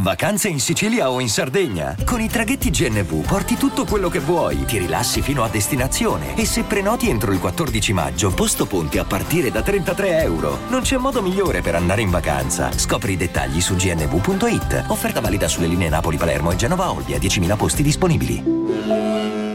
Vacanze in Sicilia o in Sardegna? Con i traghetti GNV porti tutto quello che vuoi, ti rilassi fino a destinazione e se prenoti entro il 14 maggio, posto ponti a partire da €33. Non c'è modo migliore per andare in vacanza. Scopri i dettagli su gnv.it. Offerta valida sulle linee Napoli-Palermo e Genova-Olbia, 10.000 posti disponibili.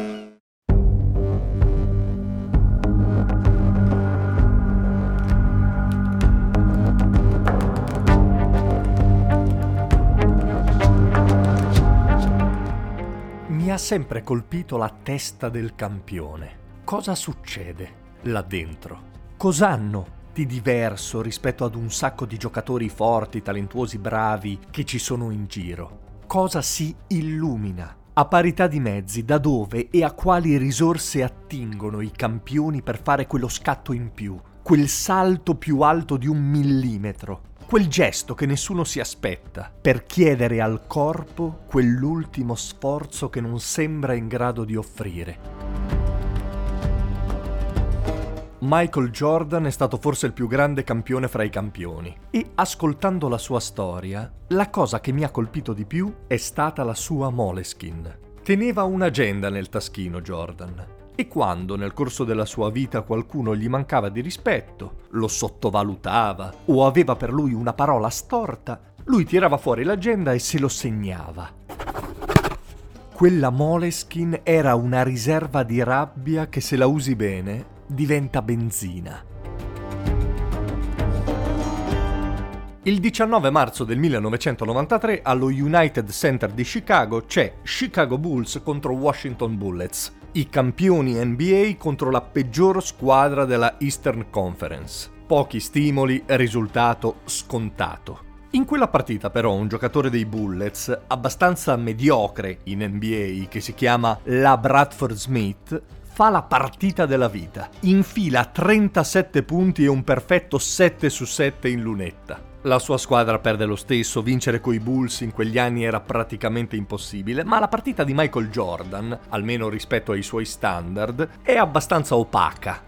Mi ha sempre colpito la testa del campione. Cosa succede là dentro? Cos'hanno di diverso rispetto ad un sacco di giocatori forti, talentuosi, bravi che ci sono in giro? Cosa si illumina? A parità di mezzi, da dove e a quali risorse attingono i campioni per fare quello scatto in più, quel salto più alto di 1 millimetro? Quel gesto che nessuno si aspetta, per chiedere al corpo quell'ultimo sforzo che non sembra in grado di offrire. Michael Jordan è stato forse il più grande campione fra i campioni e, ascoltando la sua storia, la cosa che mi ha colpito di più è stata la sua Moleskine. Teneva un'agenda nel taschino Jordan. E quando nel corso della sua vita qualcuno gli mancava di rispetto, lo sottovalutava o aveva per lui una parola storta, lui tirava fuori l'agenda e se lo segnava. Quella Moleskine era una riserva di rabbia che, se la usi bene, diventa benzina. Il 19 marzo del 1993 allo United Center di Chicago c'è Chicago Bulls contro Washington Bullets, i campioni NBA contro la peggior squadra della Eastern Conference. Pochi stimoli, risultato scontato. In quella partita però un giocatore dei Bullets, abbastanza mediocre in NBA, che si chiama La Bradford Smith, fa la partita della vita. Infila 37 punti e un perfetto 7 su 7 in lunetta. La sua squadra perde lo stesso, vincere coi Bulls in quegli anni era praticamente impossibile, ma la partita di Michael Jordan, almeno rispetto ai suoi standard, è abbastanza opaca.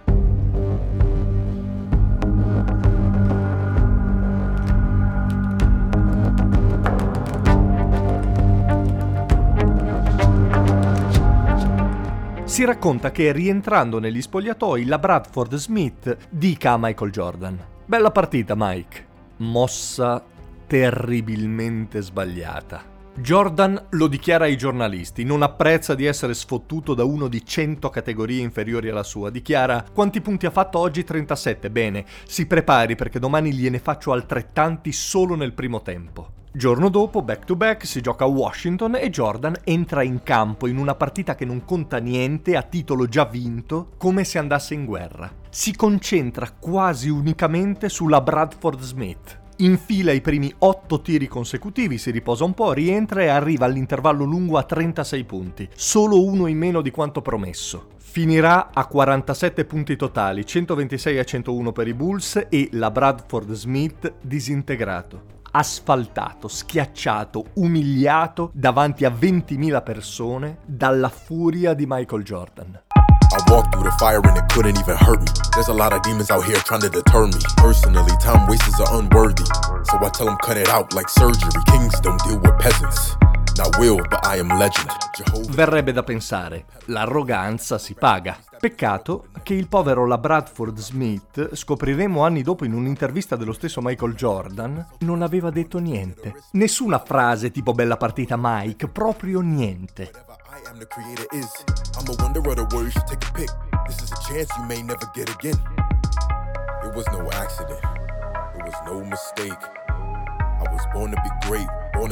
Si racconta che rientrando negli spogliatoi la Bradford Smith dica a Michael Jordan: "Bella partita, Mike." Mossa terribilmente sbagliata. Jordan lo dichiara ai giornalisti, non apprezza di essere sfottuto da uno di 100 categorie inferiori alla sua. Dichiara: "Quanti punti ha fatto oggi? 37. Bene, si prepari perché domani gliene faccio altrettanti solo nel primo tempo." Giorno dopo, back to back, si gioca a Washington e Jordan entra in campo in una partita che non conta niente, a titolo già vinto, come se andasse in guerra. Si concentra quasi unicamente sulla Bradford Smith. Infila i primi 8 tiri consecutivi, si riposa un po', rientra e arriva all'intervallo lungo a 36 punti, solo uno in meno di quanto promesso. Finirà a 47 punti totali, 126 a 101 per i Bulls e la Bradford Smith disintegrato. Asfaltato, schiacciato, umiliato davanti a 20.000 persone dalla furia di Michael Jordan. I walked through the fire and it couldn't even hurt me. There's a lot of demons out here trying to deter me. Personally, time wasters are unworthy. So I tell them cut it out like surgery. Kings don't deal with peasants. Not will, but I am legend. Verrebbe da pensare, l'arroganza si paga. Peccato che il povero la Bradford Smith, scopriremo anni dopo in un'intervista dello stesso Michael Jordan, non aveva detto niente. Nessuna frase tipo "bella partita Mike", proprio niente. I am the creator is. I'm a wonder of the words, you take a pick. This is a chance you may never get again. It was no accident. It was no mistake. I was born to be great.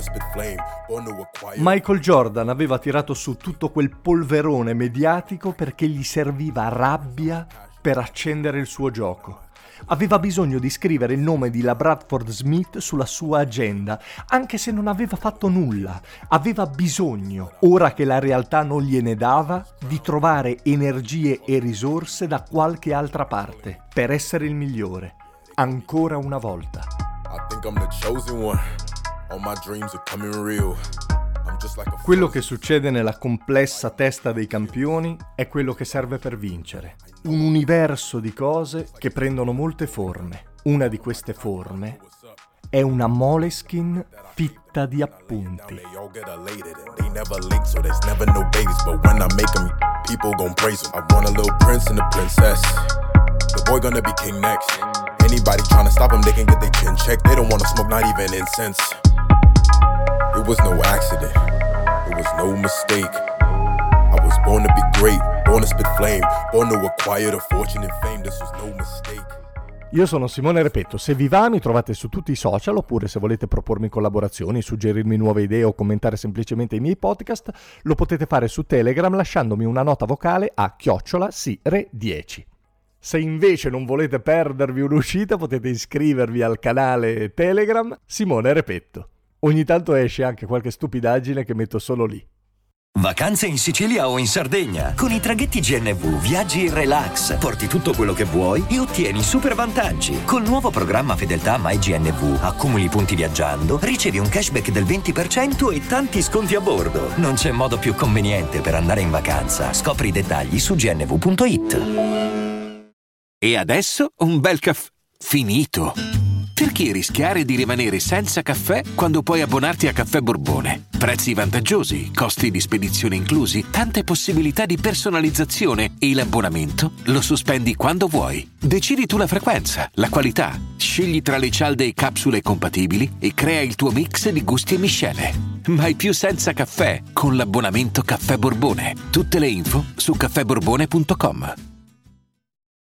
Michael Jordan aveva tirato su tutto quel polverone mediatico perché gli serviva rabbia per accendere il suo gioco. Aveva bisogno di scrivere il nome di la Bradford Smith sulla sua agenda, anche se non aveva fatto nulla. Aveva bisogno, ora che la realtà non gliene dava, di trovare energie e risorse da qualche altra parte, per essere il migliore, ancora una volta. I think I'm the chosen one. All my dreams are coming real. Quello che succede nella complessa testa dei campioni è quello che serve per vincere. Un universo di cose che prendono molte forme. Una di queste forme è una Moleskine fitta di appunti. They never link, so there's never no babies. But when I make them, people gon' praise them. I want a little prince and a princess. The boy gonna be king next. Anybody tryna stop him, they can get their chin checked. They don't wanna smoke, not even incense. It was no accident. It was no mistake. I was born to be great, born to spit flame, born to acquire the fortune and fame. This was no mistake. Io sono Simone Repetto, se vi va mi trovate su tutti i social, oppure se volete propormi collaborazioni, suggerirmi nuove idee o commentare semplicemente i miei podcast, lo potete fare su Telegram lasciandomi una nota vocale a @sire10. Se invece non volete perdervi un'uscita potete iscrivervi al canale Telegram Simone Repetto. Ogni tanto esce anche qualche stupidaggine che metto solo lì. Vacanze in Sicilia o in Sardegna. Con i traghetti GNV viaggi in relax, porti tutto quello che vuoi e ottieni super vantaggi. Col nuovo programma Fedeltà MyGNV accumuli punti viaggiando, ricevi un cashback del 20% e tanti sconti a bordo. Non c'è modo più conveniente per andare in vacanza. Scopri i dettagli su gnv.it. E adesso un bel caffè finito. Perché rischiare di rimanere senza caffè quando puoi abbonarti a Caffè Borbone? Prezzi vantaggiosi, costi di spedizione inclusi, tante possibilità di personalizzazione e l'abbonamento lo sospendi quando vuoi. Decidi tu la frequenza, la qualità, scegli tra le cialde e capsule compatibili e crea il tuo mix di gusti e miscele. Mai più senza caffè con l'abbonamento Caffè Borbone. Tutte le info su caffèborbone.com.